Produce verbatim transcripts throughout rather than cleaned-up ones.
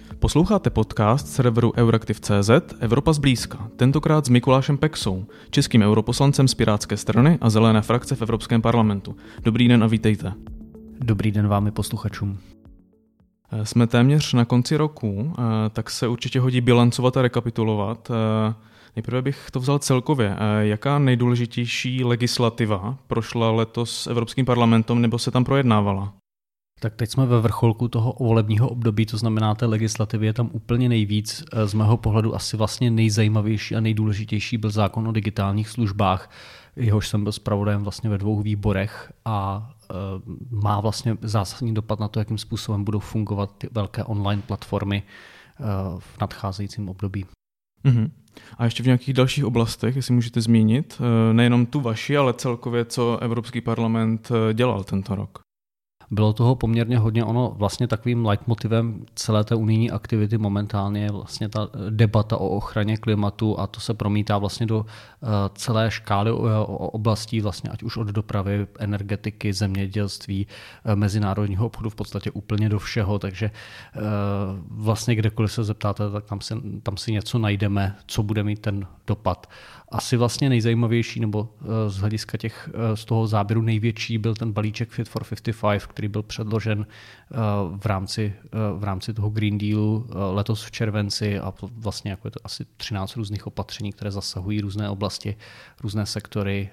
Posloucháte podcast serveru Euraktiv tečka cé zet Evropa zblízka, tentokrát s Mikulášem Peksou, českým europoslancem z Pirátské strany a Zelené frakce v Evropském parlamentu. Dobrý den a vítejte. Dobrý den vám i posluchačům. Jsme téměř na konci roku, tak se určitě hodí bilancovat a rekapitulovat. Nejprve bych to vzal celkově. Jaká nejdůležitější legislativa prošla letos Evropským parlamentem nebo se tam projednávala? Tak teď jsme ve vrcholku toho volebního období, to znamená, té legislativy je tam úplně nejvíc. Z mého pohledu asi vlastně nejzajímavější a nejdůležitější byl zákon o digitálních službách, jehož jsem byl zpravodajem vlastně ve dvou výborech a e, má vlastně zásadní dopad na to, jakým způsobem budou fungovat ty velké online platformy e, v nadcházejícím období. Mm-hmm. A ještě v nějakých dalších oblastech, jestli můžete zmínit, nejenom tu vaši, ale celkově, co Evropský parlament dělal tento rok? Bylo toho poměrně hodně. Ono vlastně takovým leitmotivem celé té unijní aktivity momentálně je vlastně ta debata o ochraně klimatu a to se promítá vlastně do celé škály oblastí, vlastně ať už od dopravy, energetiky, zemědělství, mezinárodního obchodu, v podstatě úplně do všeho, takže vlastně kdekoliv se zeptáte, tak tam si, tam si něco najdeme, co bude mít ten dopad. Asi vlastně nejzajímavější, nebo z hlediska těch, z toho záběru největší byl ten balíček Fit for padesát pět, který byl předložen v rámci, v rámci toho Green Dealu letos v červenci a vlastně jako je to asi třináct různých opatření, které zasahují různé oblasti, různé sektory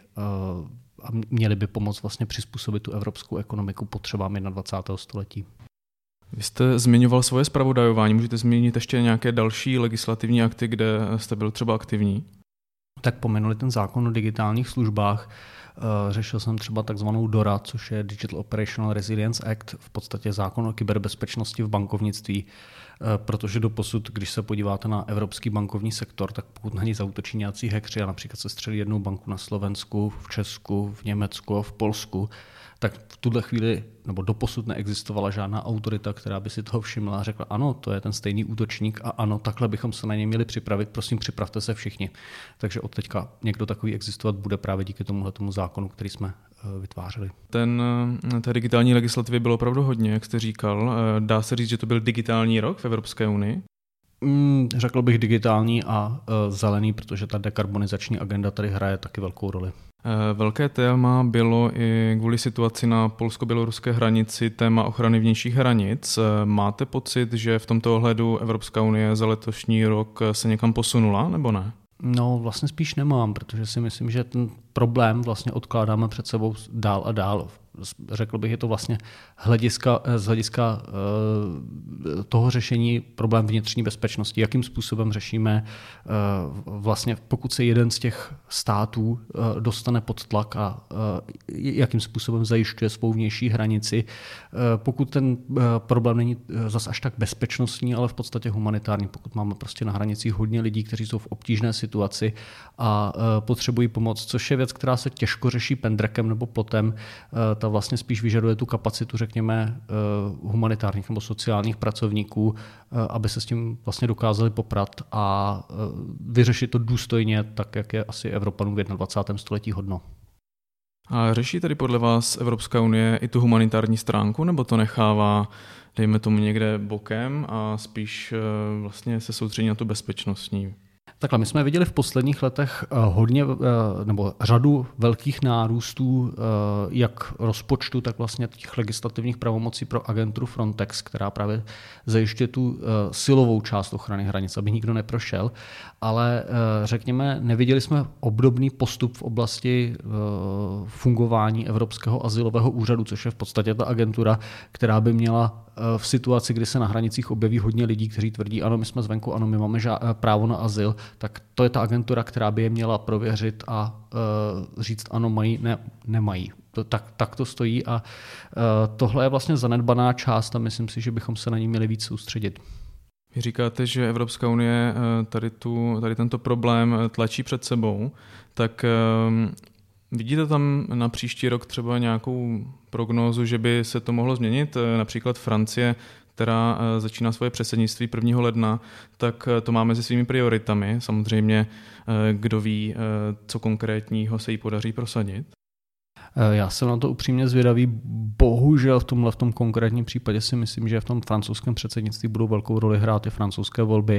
a měly by pomoct vlastně přizpůsobit tu evropskou ekonomiku potřebám dvacátého prvního století. Vy jste zmiňoval svoje zpravodajování, můžete zmínit ještě nějaké další legislativní akty, kde jste byl třeba aktivní? Tak pomenuli ten zákon o digitálních službách. Řešil jsem třeba takzvanou D O R A, což je Digital Operational Resilience Act, v podstatě zákon o kyberbezpečnosti v bankovnictví, protože doposud, když se podíváte na evropský bankovní sektor, tak pokud na něj zaútočí nějací hackři a například se střelí jednu banku na Slovensku, v Česku, v Německu a v Polsku, tak v tuhle chvíli, nebo doposud neexistovala žádná autorita, která by si toho všimla a řekla, ano, to je ten stejný útočník a ano, takhle bychom se na něj měli připravit, prosím, připravte se všichni. Takže od teďka někdo takový existovat bude právě díky tomuhletomu zákonu, který jsme vytvářeli. Ten, té digitální legislativy bylo opravdu hodně, jak jste říkal. Dá se říct, že to byl digitální rok v Evropské unii? Mm, řekl bych digitální a uh, zelený, protože ta dekarbonizační agenda tady hraje taky velkou roli. Velké téma bylo i kvůli situaci na polsko-běloruské hranici téma ochrany vnějších hranic. Máte pocit, že v tomto ohledu Evropská unie za letošní rok se někam posunula, nebo ne? No, vlastně spíš nemám, protože si myslím, že ten problém vlastně odkládáme před sebou dál a dál. Řekl bych, je to vlastně hlediska, z hlediska uh, toho řešení problém vnitřní bezpečnosti. Jakým způsobem řešíme uh, vlastně, pokud se jeden z těch států uh, dostane pod tlak a uh, jakým způsobem zajišťuje svou vnější hranici. Uh, pokud ten uh, problém není uh, zas až tak bezpečnostní, ale v podstatě humanitární, pokud máme prostě na hranicích hodně lidí, kteří jsou v obtížné situaci a uh, potřebují pomoc, což je věc, která se těžko řeší pendrekem nebo plotem, uh, ta vlastně spíš vyžaduje tu kapacitu, řekněme, humanitárních nebo sociálních pracovníků, aby se s tím vlastně dokázali poprat a vyřešit to důstojně, tak jak je asi Evropanům v dvacátém prvním století hodno. A řeší tedy podle vás Evropská unie i tu humanitární stránku, nebo to nechává, dejme tomu, někde bokem a spíš vlastně se soustředí na tu bezpečnostní? Takhle, my jsme viděli v posledních letech hodně, nebo řadu velkých nárůstů jak rozpočtu, tak vlastně těch legislativních pravomocí pro agenturu Frontex, která právě zajišťuje tu silovou část ochrany hranic, aby nikdo neprošel, ale řekněme, neviděli jsme obdobný postup v oblasti fungování Evropského azylového úřadu, což je v podstatě ta agentura, která by měla v situaci, kdy se na hranicích objeví hodně lidí, kteří tvrdí, ano, my jsme zvenku, ano, my máme ža- právo na azyl, tak to je ta agentura, která by je měla prověřit a uh, říct, ano, mají, ne, nemají. To, tak, tak to stojí a uh, tohle je vlastně zanedbaná část a myslím si, že bychom se na ní měli víc soustředit. Vy říkáte, že Evropská unie tady, tu, tady tento problém tlačí před sebou, tak um, vidíte tam na příští rok třeba nějakou prognózu, že by se to mohlo změnit? Například Francie, která začíná svoje předsednictví prvního ledna, tak to má mezi svými prioritami. Samozřejmě, kdo ví, co konkrétního se jí podaří prosadit. Já jsem na to upřímně zvědavý. Bohužel v tomhle v tom konkrétním případě si myslím, že v tom francouzském předsednictví budou velkou roli hrát i francouzské volby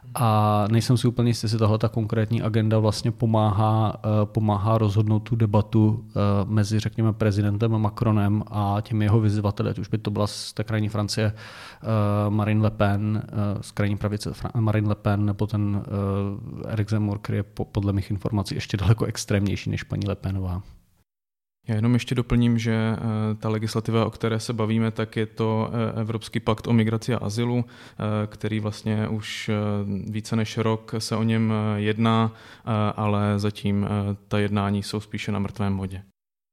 a nejsem si úplně jistý, jestli tahle ta konkrétní agenda vlastně pomáhá, pomáhá rozhodnout tu debatu mezi, řekněme, prezidentem Macronem a těmi jeho vyzývateli, ať už by to byla z té krajní Francie Marine Le Pen, z krajní pravice Marine Le Pen, nebo ten Eric Zemmour, který je podle mých informací ještě daleko extrémnější než paní Le Penová. Já jenom ještě doplním, že ta legislativa, o které se bavíme, tak je to Evropský pakt o migraci a azylu, který vlastně už více než rok se o něm jedná, ale zatím ta jednání jsou spíše na mrtvém bodě.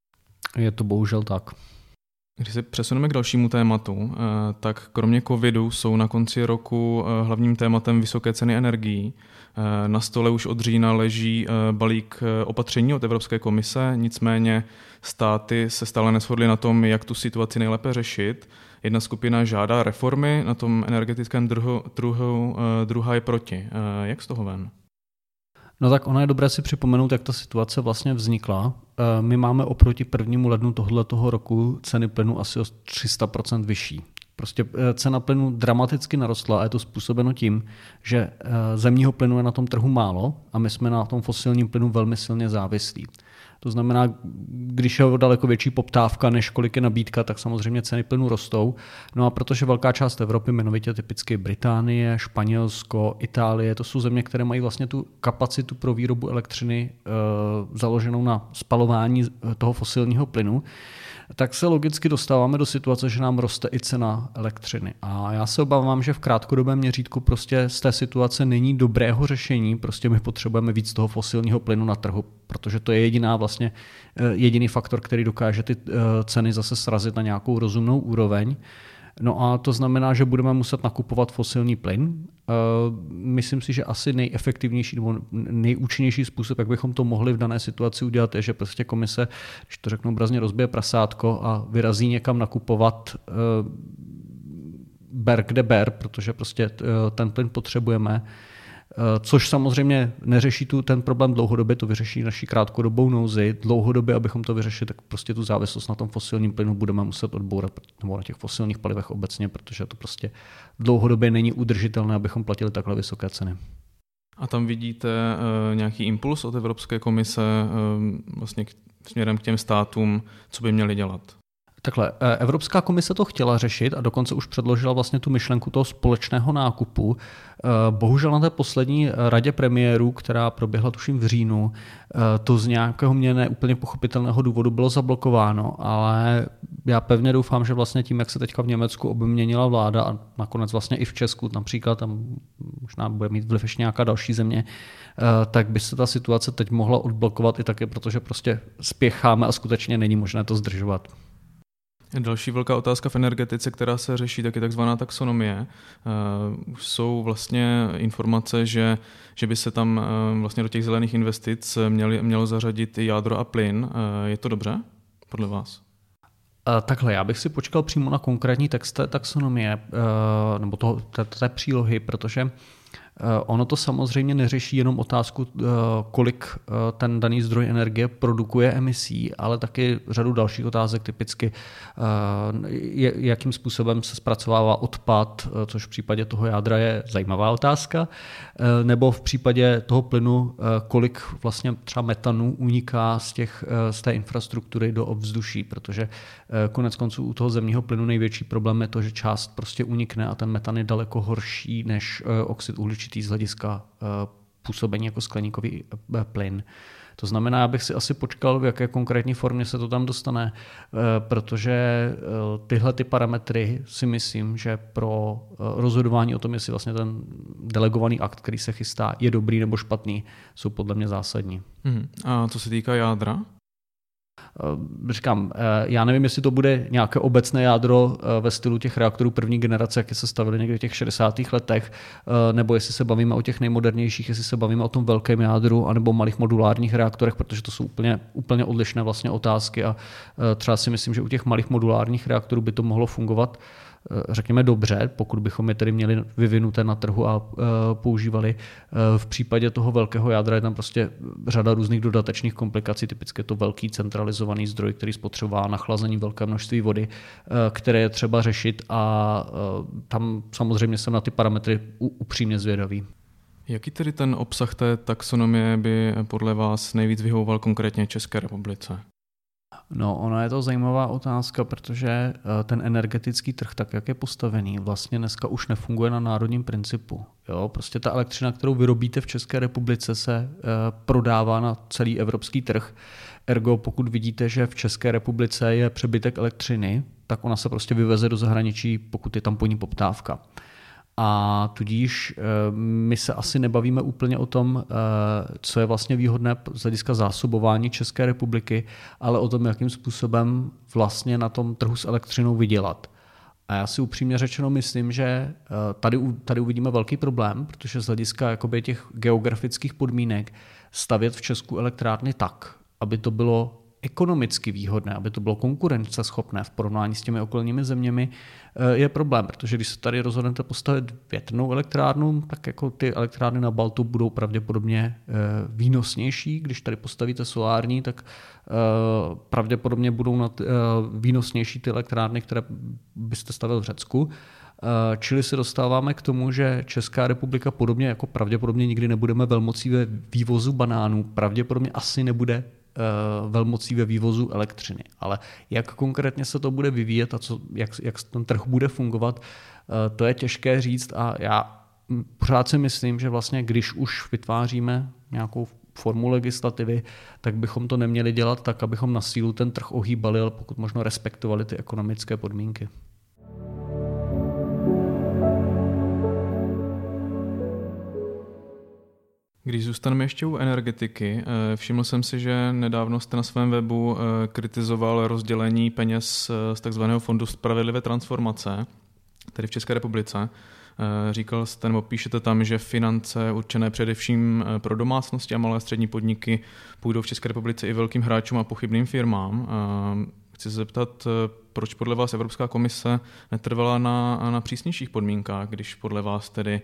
Je to bohužel tak. Když se přesuneme k dalšímu tématu, tak kromě covidu jsou na konci roku hlavním tématem vysoké ceny energií. Na stole už od října leží balík opatření od Evropské komise, nicméně státy se stále neshodly na tom, jak tu situaci nejlépe řešit. Jedna skupina žádá reformy na tom energetickém trhu, trhu, druhá je proti. Jak z toho ven? No tak ono je dobré si připomenout, jak ta situace vlastně vznikla. My máme oproti prvnímu lednu tohoto roku ceny plynu asi o tři sta procent vyšší. Prostě cena plynu dramaticky narostla a je to způsobeno tím, že zemního plynu je na tom trhu málo a my jsme na tom fosilním plynu velmi silně závislí. To znamená, když je daleko větší poptávka, než kolik je nabídka, tak samozřejmě ceny plynu rostou. No a protože velká část Evropy, jmenovitě typicky Británie, Španělsko, Itálie, to jsou země, které mají vlastně tu kapacitu pro výrobu elektřiny e, založenou na spalování toho fosilního plynu, tak se logicky dostáváme do situace, že nám roste i cena elektřiny. A já se obávám, že v krátkodobém měřítku prostě z té situace není dobrého řešení, prostě my potřebujeme víc toho fosilního plynu na trhu, protože to je jediná vlastně jediný faktor, který dokáže ty ceny zase srazit na nějakou rozumnou úroveň. No a to znamená, že budeme muset nakupovat fosilní plyn. Myslím si, že asi nejefektivnější nebo nejúčinnější způsob, jak bychom to mohli v dané situaci udělat, je, že prostě komise, když to řeknu obrazně, rozbije prasátko a vyrazí někam nakupovat ber kde ber, protože prostě ten plyn potřebujeme. Což samozřejmě neřeší tu, ten problém dlouhodobě, to vyřeší naší krátkodobou nouzi. Dlouhodobě, abychom to vyřešili, tak prostě tu závislost na tom fosilním plynu budeme muset odbourat, nebo na těch fosilních palivech obecně, protože to prostě dlouhodobě není udržitelné, abychom platili takhle vysoké ceny. A tam vidíte uh, nějaký impuls od Evropské komise uh, vlastně k, směrem k těm státům, co by měli dělat? Takhle, Evropská komise to chtěla řešit a dokonce už předložila vlastně tu myšlenku toho společného nákupu. Bohužel na té poslední radě premiérů, která proběhla tuším v říjnu, to z nějakého mě neúplně pochopitelného důvodu bylo zablokováno, ale já pevně doufám, že vlastně tím, jak se teďka v Německu obměnila vláda a nakonec vlastně i v Česku například, tam možná bude mít vliv ještě nějaká další země, tak by se ta situace teď mohla odblokovat i taky, protože prostě spěcháme a skutečně není možné to zdržovat. Další velká otázka v energetice, která se řeší, tak je takzvaná taxonomie. Uh, už jsou vlastně informace, že, že by se tam uh, vlastně do těch zelených investic měli, mělo zařadit i jádro a plyn. Uh, je to dobře podle vás? Uh, takhle, já bych si počkal přímo na konkrétní text té taxonomie uh, nebo toho, té, té přílohy, protože ono to samozřejmě neřeší jenom otázku, kolik ten daný zdroj energie produkuje emisí, ale taky řadu dalších otázek, typicky jakým způsobem se zpracovává odpad, což v případě toho jádra je zajímavá otázka, nebo v případě toho plynu, kolik vlastně třeba metanu uniká z, těch, z té infrastruktury do ovzduší, protože konec konců u toho zemního plynu největší problém je to, že část prostě unikne a ten metan je daleko horší než oxid uhličitý z hlediska působení jako skleníkový plyn. To znamená, abych si asi počkal, v jaké konkrétní formě se to tam dostane, protože tyhle ty parametry si myslím, že pro rozhodování o tom, jestli vlastně ten delegovaný akt, který se chystá, je dobrý nebo špatný, jsou podle mě zásadní. Hmm. A co se týká jádra? Říkám, já nevím, jestli to bude nějaké obecné jádro ve stylu těch reaktorů první generace, jak se stavily někdy v těch šedesátých letech, nebo jestli se bavíme o těch nejmodernějších, jestli se bavíme o tom velkém jádru, anebo malých modulárních reaktorech, protože to jsou úplně, úplně odlišné vlastně otázky a třeba si myslím, že u těch malých modulárních reaktorů by to mohlo fungovat řekněme dobře, pokud bychom je tedy měli vyvinuté na trhu a používali. V případě toho velkého jádra je tam prostě řada různých dodatečných komplikací, typicky je to velký centralizovaný zdroj, který spotřebová nachlazení velké množství vody, které je třeba řešit a tam samozřejmě jsem na ty parametry upřímně zvědavý. Jaký tedy ten obsah té taxonomie by podle vás nejvíc vyhovoval konkrétně České republice? No, ona je to zajímavá otázka, protože ten energetický trh, tak jak je postavený, vlastně dneska už nefunguje na národním principu. Jo? Prostě ta elektřina, kterou vyrobíte v České republice, se prodává na celý evropský trh. Ergo, pokud vidíte, že v České republice je přebytek elektřiny, tak ona se prostě vyveze do zahraničí, pokud je tam po ní poptávka. A tudíž my se asi nebavíme úplně o tom, co je vlastně výhodné z hlediska zásobování České republiky, ale o tom, jakým způsobem vlastně na tom trhu s elektřinou vydělat. A já si upřímně řečeno myslím, že tady, tady uvidíme velký problém, protože z hlediska jakoby těch geografických podmínek stavět v Česku elektrárny tak, aby to bylo ekonomicky výhodné, aby to bylo konkurenceschopné v porovnání s těmi okolními zeměmi, je problém, protože když se tady rozhodnete postavit větrnou elektrárnu, tak jako ty elektrárny na Baltu budou pravděpodobně výnosnější. Když tady postavíte solární, tak pravděpodobně budou výnosnější ty elektrárny, které byste stavil v Řecku. Čili se dostáváme k tomu, že Česká republika podobně jako pravděpodobně nikdy nebudeme velmocí ve vývozu banánů, pravděpodobně asi nebude velmocí ve vývozu elektřiny. Ale jak konkrétně se to bude vyvíjet a co, jak, jak ten trh bude fungovat, to je těžké říct a já pořád si myslím, že vlastně když už vytváříme nějakou formu legislativy, tak bychom to neměli dělat tak, abychom na sílu ten trh ohýbali, ale pokud možno respektovali ty ekonomické podmínky. Když zůstaneme ještě u energetiky, všiml jsem si, že nedávno jste na svém webu kritizoval rozdělení peněz z takzvaného Fondu spravedlivé transformace, tedy v České republice. Říkal jste, nebo píšete tam, že finance určené především pro domácnosti a malé a střední podniky půjdou v České republice i velkým hráčům a pochybným firmám. Chci se zeptat, proč podle vás Evropská komise netrvala na, na přísnějších podmínkách, když podle vás tedy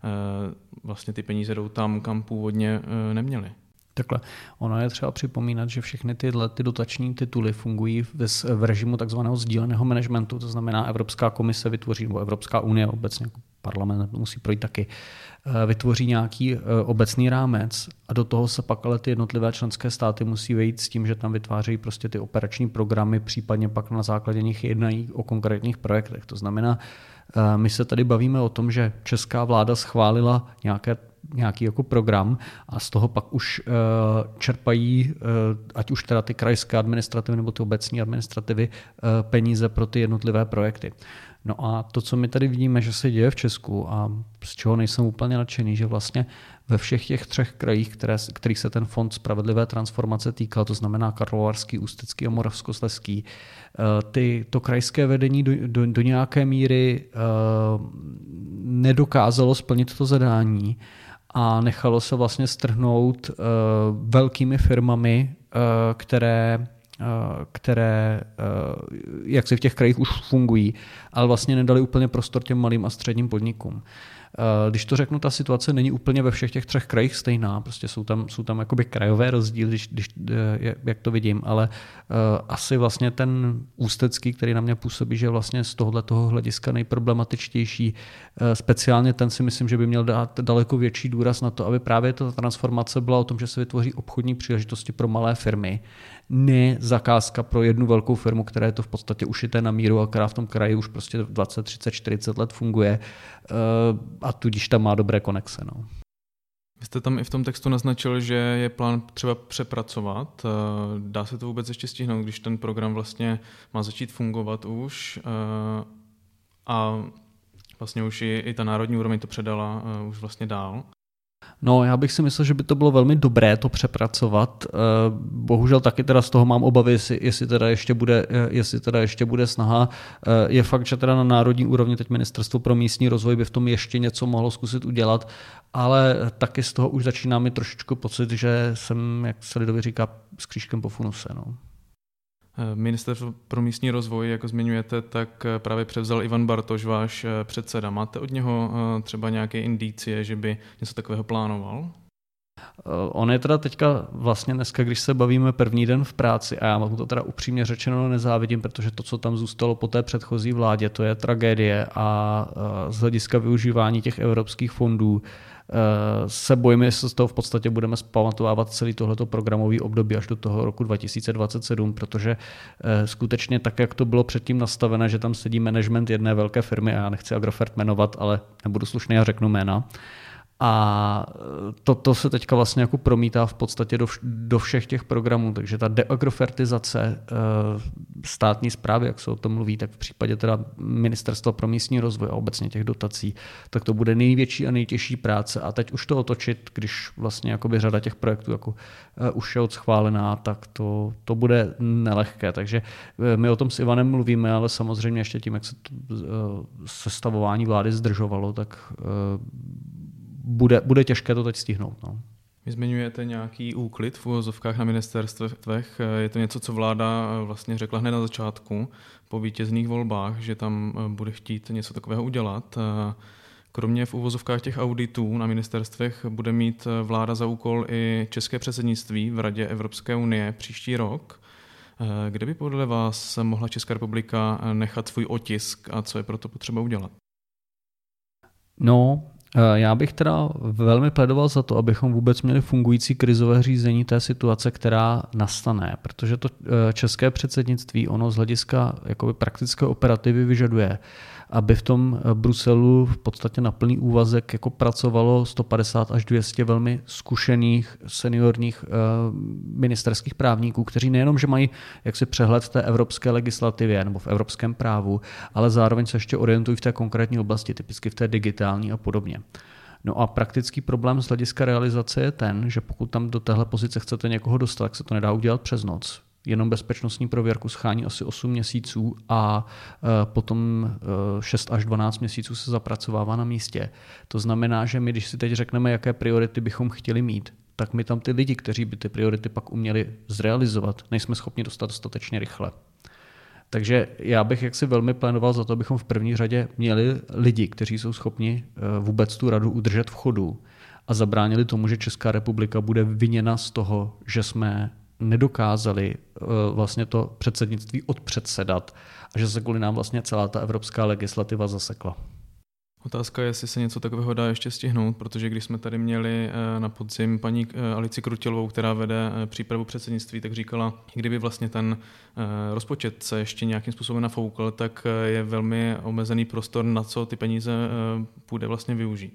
vlastně ty peníze jdou tam, kam původně neměly? Takhle. Ono je třeba připomínat, že všechny tyhle ty dotační tituly fungují v, v režimu takzvaného sdíleného managementu, to znamená Evropská komise vytvoří, nebo Evropská unie obecně, jako parlament musí projít taky, vytvoří nějaký obecný rámec a do toho se pak ale ty jednotlivé členské státy musí vejít s tím, že tam vytvářejí prostě ty operační programy, případně pak na základě nich jednají o konkrétních projektech. To znamená, my se tady bavíme o tom, že česká vláda schválila nějaké nějaký jako program a z toho pak už uh, čerpají, uh, ať už teda ty krajské administrativy nebo ty obecní administrativy, uh, peníze pro ty jednotlivé projekty. No a to, co my tady vidíme, že se děje v Česku a z čeho nejsem úplně nadšený, že vlastně ve všech těch třech krajích, které, kterých se ten fond spravedlivé transformace týkal, to znamená Karlovarský, Ústecký a Moravskoslezský, ty, to krajské vedení do, do, do nějaké míry uh, nedokázalo splnit to zadání a nechalo se vlastně strhnout uh, velkými firmami, uh, které které jak se v těch krajích už fungují, ale vlastně nedali úplně prostor těm malým a středním podnikům. Když to řeknu, ta situace není úplně ve všech těch třech krajích stejná, prostě jsou tam, jsou tam jakoby krajové rozdíly, když, když, jak to vidím, ale asi vlastně ten Ústecký, který na mě působí, že je vlastně z tohoto hlediska nejproblematičtější, speciálně ten si myslím, že by měl dát daleko větší důraz na to, aby právě ta transformace byla o tom, že se vytvoří obchodní příležitosti pro malé firmy, ne zakázka pro jednu velkou firmu, která je to v podstatě ušité na míru a která v tom kraji už prostě dvacet, třicet, čtyřicet let funguje a tudíž tam má dobré konexe. No. Vy jste tam i v tom textu naznačil, že je plán třeba přepracovat. Dá se to vůbec ještě stihnout, když ten program vlastně má začít fungovat už a vlastně už i, i ta národní úroveň to předala už vlastně dál? No, já bych si myslel, že by to bylo velmi dobré to přepracovat. Bohužel taky teda z toho mám obavy, jestli, jestli, teda, ještě bude, jestli teda ještě bude snaha. Je fakt, že teda na národní úrovni teď Ministerstvo pro místní rozvoj by v tom ještě něco mohlo zkusit udělat, ale taky z toho už začíná mi trošičku pocit, že jsem, jak se lidově říká, s křížkem po funuse. No. Ministerstvo pro místní rozvoj, jako zmiňujete, tak právě převzal Ivan Bartoš, váš předseda. Máte od něho třeba nějaké indicie, že by něco takového plánoval? On je teda teďka vlastně dneska, když se bavíme první den v práci, a já mu to teda upřímně řečeno nezávidím, protože to, co tam zůstalo po té předchozí vládě, to je tragédie a z hlediska využívání těch evropských fondů se bojíme, jestli z toho v podstatě budeme zpamatovávat celý tohleto programový období až do toho roku dva tisíce dvacet sedm, protože skutečně tak, jak to bylo předtím nastavené, že tam sedí management jedné velké firmy, a já nechci Agrofert jmenovat, ale nebudu slušný a řeknu jména. A to, to se teďka vlastně jako promítá v podstatě do, do všech těch programů, takže ta deagrofertizace e, státní správy, jak se o tom mluví, tak v případě teda Ministerstva pro místní rozvoj a obecně těch dotací, tak to bude největší a nejtěžší práce. A teď už to otočit, když vlastně jakoby řada těch projektů jako e, už je odschválená, tak to, to bude nelehké. Takže e, my o tom s Ivanem mluvíme, ale samozřejmě ještě tím, jak se to e, sestavování vlády zdržovalo, tak e, Bude, bude těžké to teď stihnout. No. Vy zmiňujete nějaký úklid v uvozovkách na ministerstvech. Je to něco, co vláda vlastně řekla hned na začátku po vítězných volbách, že tam bude chtít něco takového udělat. Kromě v uvozovkách těch auditů na ministerstvech bude mít vláda za úkol i české předsednictví v Radě Evropské unie příští rok. Kde by podle vás mohla Česká republika nechat svůj otisk a co je proto potřeba udělat? No, já bych teda velmi pledoval za to, abychom vůbec měli fungující krizové řízení té situace, která nastane, protože to české předsednictví, ono z hlediska jakoby praktické operativy vyžaduje, aby v tom Bruselu v podstatě na plný úvazek jako pracovalo sto padesát až dvě stě velmi zkušených seniorních ministerských právníků, kteří nejenom, že mají jaksi přehled v té evropské legislativě nebo v evropském právu, ale zároveň se ještě orientují v té konkrétní oblasti, typicky v té digitální a podobně. No a praktický problém z hlediska realizace je ten, že pokud tam do téhle pozice chcete někoho dostat, tak se to nedá udělat přes noc. Jenom bezpečnostní prověrku schání asi osm měsíců a potom šest až dvanáct měsíců se zapracovává na místě. To znamená, že my, když si teď řekneme, jaké priority bychom chtěli mít, tak my tam ty lidi, kteří by ty priority pak uměli zrealizovat, nejsme schopni dostat dostatečně rychle. Takže já bych jaksi velmi plánoval za to, abychom v první řadě měli lidi, kteří jsou schopni vůbec tu radu udržet v chodu a zabránili tomu, že Česká republika bude viněna z toho, že jsme nedokázali vlastně to předsednictví odpředsedat a že se kvůli nám vlastně celá ta evropská legislativa zasekla. Otázka je, jestli se něco takového dá ještě stihnout, protože když jsme tady měli na podzim paní Alici Krutělovou, která vede přípravu předsednictví, tak říkala, kdyby vlastně ten rozpočet se ještě nějakým způsobem nafoukl, tak je velmi omezený prostor, na co ty peníze půjde vlastně využít.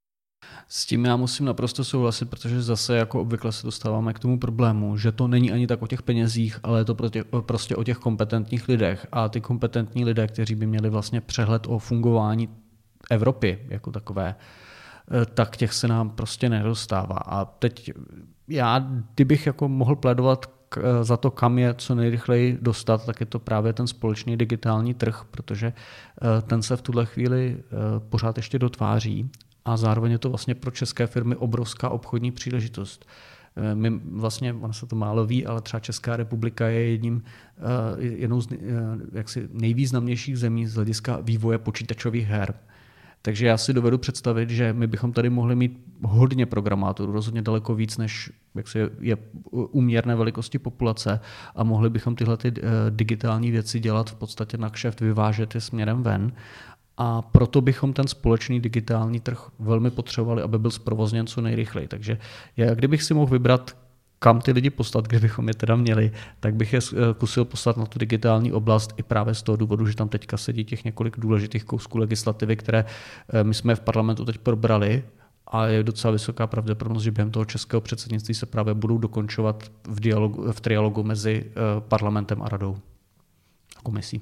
S tím já musím naprosto souhlasit, protože zase jako obvykle se dostáváme k tomu problému, že to není ani tak o těch penězích, ale je to prostě o těch kompetentních lidech. A ty kompetentní lidé, kteří by měli vlastně přehled o fungování Evropy jako takové, tak těch se nám prostě nedostává. A teď já, kdybych jako mohl plédovat k, za to, kam je co nejrychleji dostat, tak je to právě ten společný digitální trh, protože ten se v tuhle chvíli pořád ještě dotváří. A zároveň je to vlastně pro české firmy obrovská obchodní příležitost. My vlastně, ono se to málo ví, ale třeba Česká republika je jedním, jednou z jaksi nejvýznamnějších zemí z hlediska vývoje počítačových her. Takže já si dovedu představit, že my bychom tady mohli mít hodně programátorů, rozhodně daleko víc, než jak se je úměrné velikosti populace, a mohli bychom tyhle ty digitální věci dělat v podstatě na kšeft, vyvážet je směrem ven. A proto bychom ten společný digitální trh velmi potřebovali, aby byl zprovozněn co nejrychleji. Takže já, kdybych si mohl vybrat, kam ty lidi poslat, kdybychom je teda měli, tak bych je kusil poslat na tu digitální oblast i právě z toho důvodu, že tam teďka sedí těch několik důležitých kousků legislativy, které my jsme v parlamentu teď probrali, a je docela vysoká pravděpodobnost, že během toho českého předsednictví se právě budou dokončovat v, dialogu, v trialogu mezi parlamentem a radou a komisí.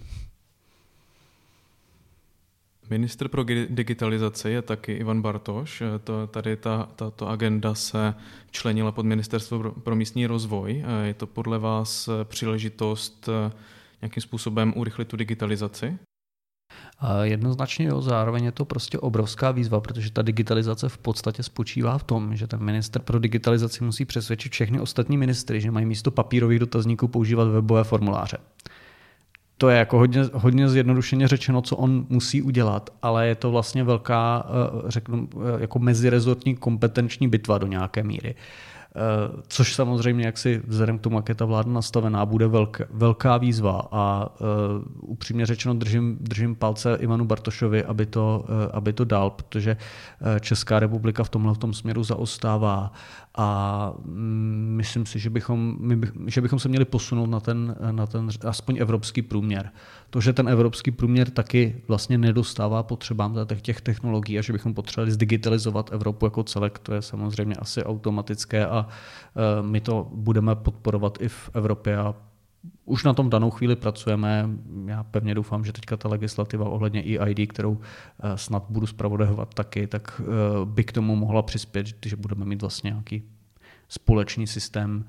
Ministr pro digitalizaci je taky Ivan Bartoš. To, tady ta, tato agenda se členila pod Ministerstvo pro místní rozvoj. Je to podle vás příležitost nějakým způsobem urychlit tu digitalizaci? Jednoznačně jo, zároveň je to prostě obrovská výzva, protože ta digitalizace v podstatě spočívá v tom, že ten ministr pro digitalizaci musí přesvědčit všechny ostatní ministry, že mají místo papírových dotazníků používat webové formuláře. To je jako hodně, hodně zjednodušeně řečeno, co on musí udělat, ale je to vlastně velká, řeknu, jako mezirezortní kompetenční bitva do nějaké míry. Což samozřejmě, jak si vzhledem k tomu, jak je ta vláda nastavená, bude velká, velká výzva a uh, upřímně řečeno držím, držím palce Ivanu Bartošovi, aby to, uh, aby to dal, protože uh, Česká republika v tomhle v tom směru zaostává a um, myslím si, že bychom, my bych, že bychom se měli posunout na ten, na ten aspoň evropský průměr. To, že ten evropský průměr taky vlastně nedostává potřebám těch technologií a že bychom potřebovali zdigitalizovat Evropu jako celek, to je samozřejmě asi automatické a my to budeme podporovat i v Evropě a už na tom danou chvíli pracujeme. Já pevně doufám, že teďka ta legislativa ohledně E I D, kterou snad budu zpravodajovat taky, tak by k tomu mohla přispět, že budeme mít vlastně nějaký společný systém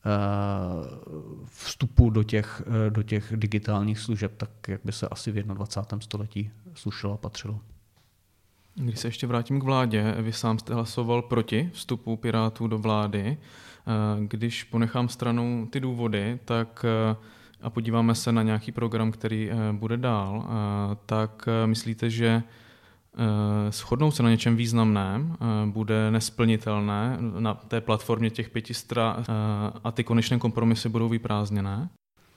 vstupu do těch, do těch digitálních služeb, tak jak by se asi v dvacátém prvním století slušelo a patřilo. Když se ještě vrátím k vládě, vy sám jste hlasoval proti vstupu Pirátů do vlády. Když ponechám stranou ty důvody, tak a podíváme se na nějaký program, který bude dál, tak myslíte, že shodnout se na něčem významném bude nesplnitelné na té platformě těch pěti stran a ty konečné kompromisy budou vyprázdněné?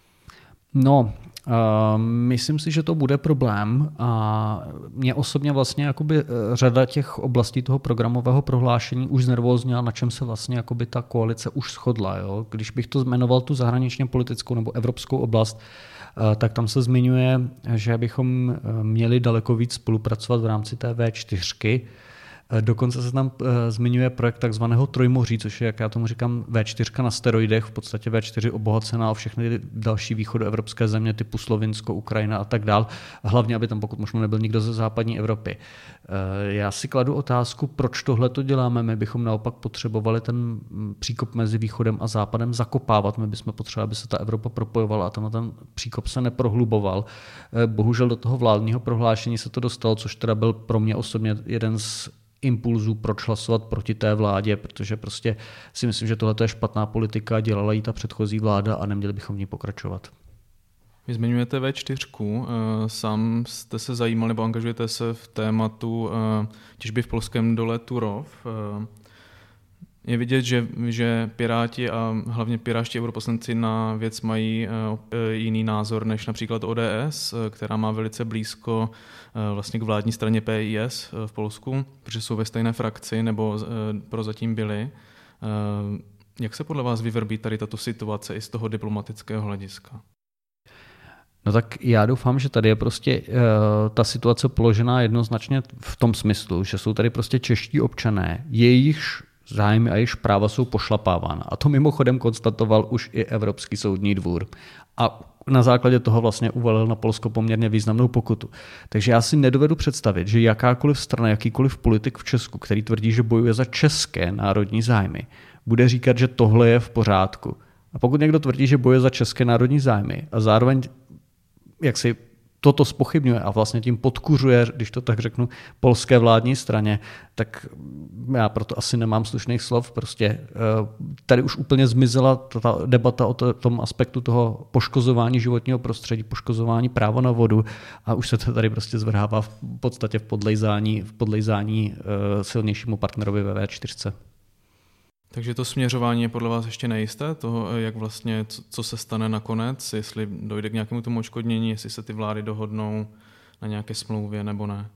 No, uh, myslím si, že to bude problém a mě osobně vlastně jakoby řada těch oblastí toho programového prohlášení už znervóznila, na čem se vlastně jakoby ta koalice už shodla. Jo? Když bych to jmenoval tu zahraničně politickou nebo evropskou oblast, uh, tak tam se zmiňuje, že bychom měli daleko víc spolupracovat v rámci té vé čtyřky. Dokonce se tam uh, zmiňuje projekt takzvaného Trojmoří, což je, jak já tomu říkám, vé čtyři na steroidech, v podstatě vé čtyři obohacená o všechny další východoevropské země typu Slovinsko, Ukrajina a tak dál. A hlavně, aby tam pokud možno nebyl nikdo ze západní Evropy. Uh, já si kladu otázku, proč tohle to děláme. My bychom naopak potřebovali ten příkop mezi východem a západem zakopávat. My bychom potřebovali, aby se ta Evropa propojovala a tam ten příkop se neprohluboval. Uh, bohužel do toho vládního prohlášení se to dostalo, což teda byl pro mě osobně jeden z impulzů, proč hlasovat proti té vládě, protože prostě si myslím, že tohle je špatná politika, dělala ji ta předchozí vláda a neměli bychom v ní pokračovat. Vy zmiňujete vé čtyři, sám jste se zajímal nebo angažujete se v tématu těžby v polském dole Turów. Je vidět, že, že Piráti a hlavně pirátští europoslanci na věc mají jiný názor než například O D S, která má velice blízko vlastně k vládní straně P I S v Polsku, protože jsou ve stejné frakci nebo prozatím byli. Jak se podle vás vyvrbí tady tato situace i z toho diplomatického hlediska? No tak já doufám, že tady je prostě uh, ta situace položená jednoznačně v tom smyslu, že jsou tady prostě čeští občané, jejichž zájmy a jejich práva jsou pošlapávána. A to mimochodem konstatoval už i Evropský soudní dvůr. A na základě toho vlastně uvalil na Polsko poměrně významnou pokutu. Takže já si nedovedu představit, že jakákoliv strana, jakýkoliv politik v Česku, který tvrdí, že bojuje za české národní zájmy, bude říkat, že tohle je v pořádku. A pokud někdo tvrdí, že bojuje za české národní zájmy a zároveň jak si toto zpochybňuje a vlastně tím podkuřuje, když to tak řeknu, polské vládní straně, tak já proto asi nemám slušných slov. Prostě tady už úplně zmizela ta debata o tom aspektu toho poškozování životního prostředí, poškozování práva na vodu a už se to tady prostě zvrhává v podstatě v podlejzání, v podlejzání silnějšímu partnerovi ve vé čtyři. Takže to směřování je podle vás ještě nejisté, toho, jak vlastně, co, co se stane nakonec, jestli dojde k nějakému tomu odškodnění, jestli se ty vlády dohodnou na nějaké smlouvě nebo ne?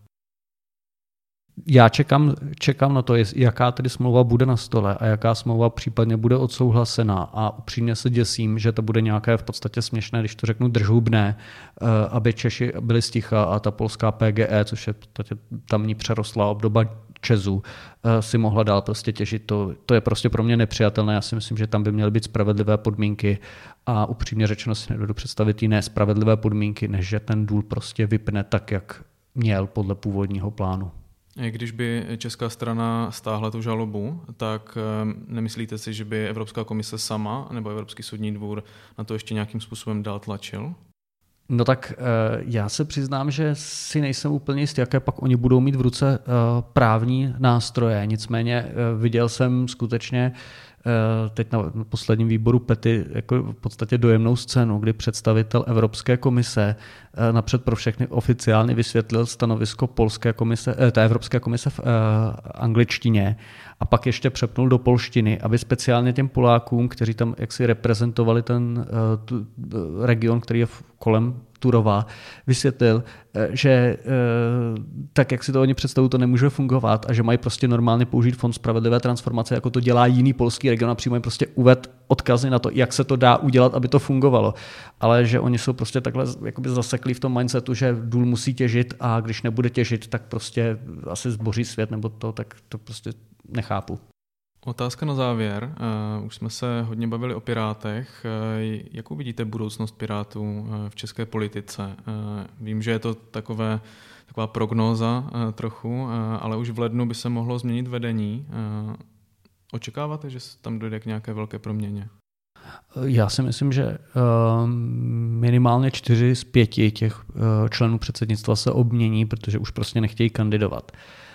Já čekám, čekám na to, jaká tedy smlouva bude na stole a jaká smlouva případně bude odsouhlasena a upřímně se děsím, že to bude nějaké v podstatě směšné, když to řeknu držhubné, aby Češi byli sticha a ta polská P G E, což je v podstatě tamní přerostlá obdoba Česu, si mohla dál prostě těžit. To, to je prostě pro mě nepřijatelné. Já si myslím, že tam by měly být spravedlivé podmínky a upřímně řečeno si nedovedu představit jiné spravedlivé podmínky, než že ten důl prostě vypne tak, jak měl podle původního plánu. Když by česká strana stáhla tu žalobu, tak nemyslíte si, že by Evropská komise sama nebo Evropský soudní dvůr na to ještě nějakým způsobem dál tlačil? No tak já se přiznám, že si nejsem úplně jist, jaké pak oni budou mít v ruce právní nástroje. Nicméně viděl jsem skutečně teď na posledním výboru Pety jako v podstatě dojemnou scénu, kdy představitel Evropské komise napřed pro všechny oficiálně vysvětlil stanovisko polské komise, té Evropské komise v angličtině a pak ještě přepnul do polštiny, aby speciálně těm Polákům, kteří tam jaksi reprezentovali ten tu, region, který je kolem Turova, vysvětlil, že tak, jak si to oni představují, to nemůže fungovat a že mají prostě normálně použít Fond spravedlivé transformace, jako to dělá jiný polský region a přímo jim prostě uved odkazy na to, jak se to dá udělat, aby to fungovalo. Ale že oni jsou prostě takhle jakoby zaseklí v tom mindsetu, že důl musí těžit a když nebude těžit, tak prostě asi zboří svět nebo to, tak to prostě nechápu. Otázka na závěr. Uh, už jsme se hodně bavili o Pirátech. Uh, jakou vidíte budoucnost Pirátů uh, v české politice? Uh, vím, že je to takové, taková prognóza uh, trochu, uh, ale už v lednu by se mohlo změnit vedení. Uh, očekáváte, že tam dojde k nějaké velké proměně? Já si myslím, že minimálně čtyři z pěti těch členů předsednictva se obmění, protože už prostě nechtějí kandidovat.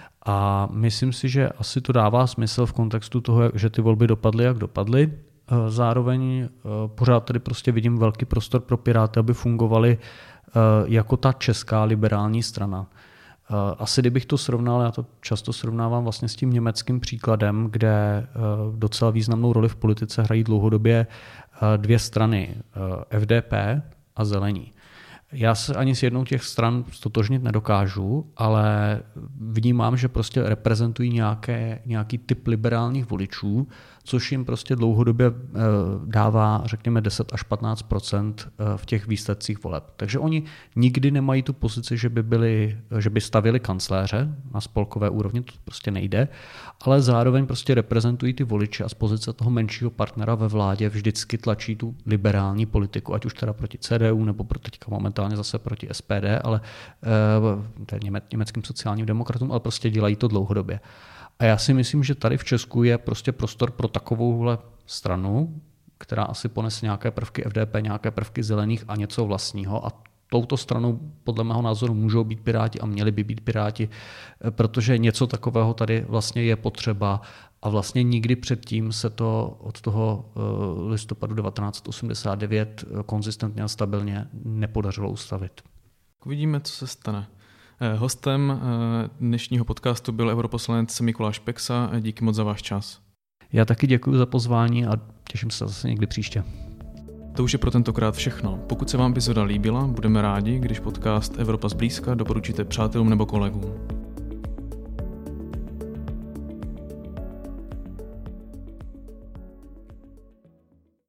A myslím si, že asi to dává smysl v kontextu toho, že ty volby dopadly, jak dopadly. Zároveň pořád tady prostě vidím velký prostor pro Piráty, aby fungovali jako ta česká liberální strana. Asi kdybych to srovnal, já to často srovnávám vlastně s tím německým příkladem, kde docela významnou roli v politice hrají dlouhodobě dvě strany, F D P a Zelení. Já se ani s jednou těch stran stotožnit nedokážu, ale vnímám, že prostě reprezentují nějaké, nějaký typ liberálních voličů, což jim prostě dlouhodobě dává, řekněme, deset až patnáct procent v těch výsledcích voleb. Takže oni nikdy nemají tu pozici, že by, byli, že by stavili kancléře na spolkové úrovni, to prostě nejde, ale zároveň prostě reprezentují ty voliče a z pozice toho menšího partnera ve vládě vždycky tlačí tu liberální politiku, ať už teda proti C D U nebo pro teďka momentálně zase proti S P D, ale eh, německým sociálním demokratům, ale prostě dělají to dlouhodobě. A já si myslím, že tady v Česku je prostě prostor pro takovouhle stranu, která asi ponese nějaké prvky F D P, nějaké prvky zelených a něco vlastního. A touto stranou podle mého názoru můžou být Piráti a měli by být Piráti, protože něco takového tady vlastně je potřeba a vlastně nikdy předtím se to od toho listopadu devatenáct osmdesát devět konzistentně a stabilně nepodařilo ustavit. Uvidíme, co se stane. Hostem dnešního podcastu byl europoslanec Mikuláš Peksa. Díky moc za váš čas. Já taky děkuji za pozvání a těším se zase někdy příště. To už je pro tentokrát všechno. Pokud se vám epizoda líbila, budeme rádi, když podcast Evropa zblízka doporučíte přátelům nebo kolegům.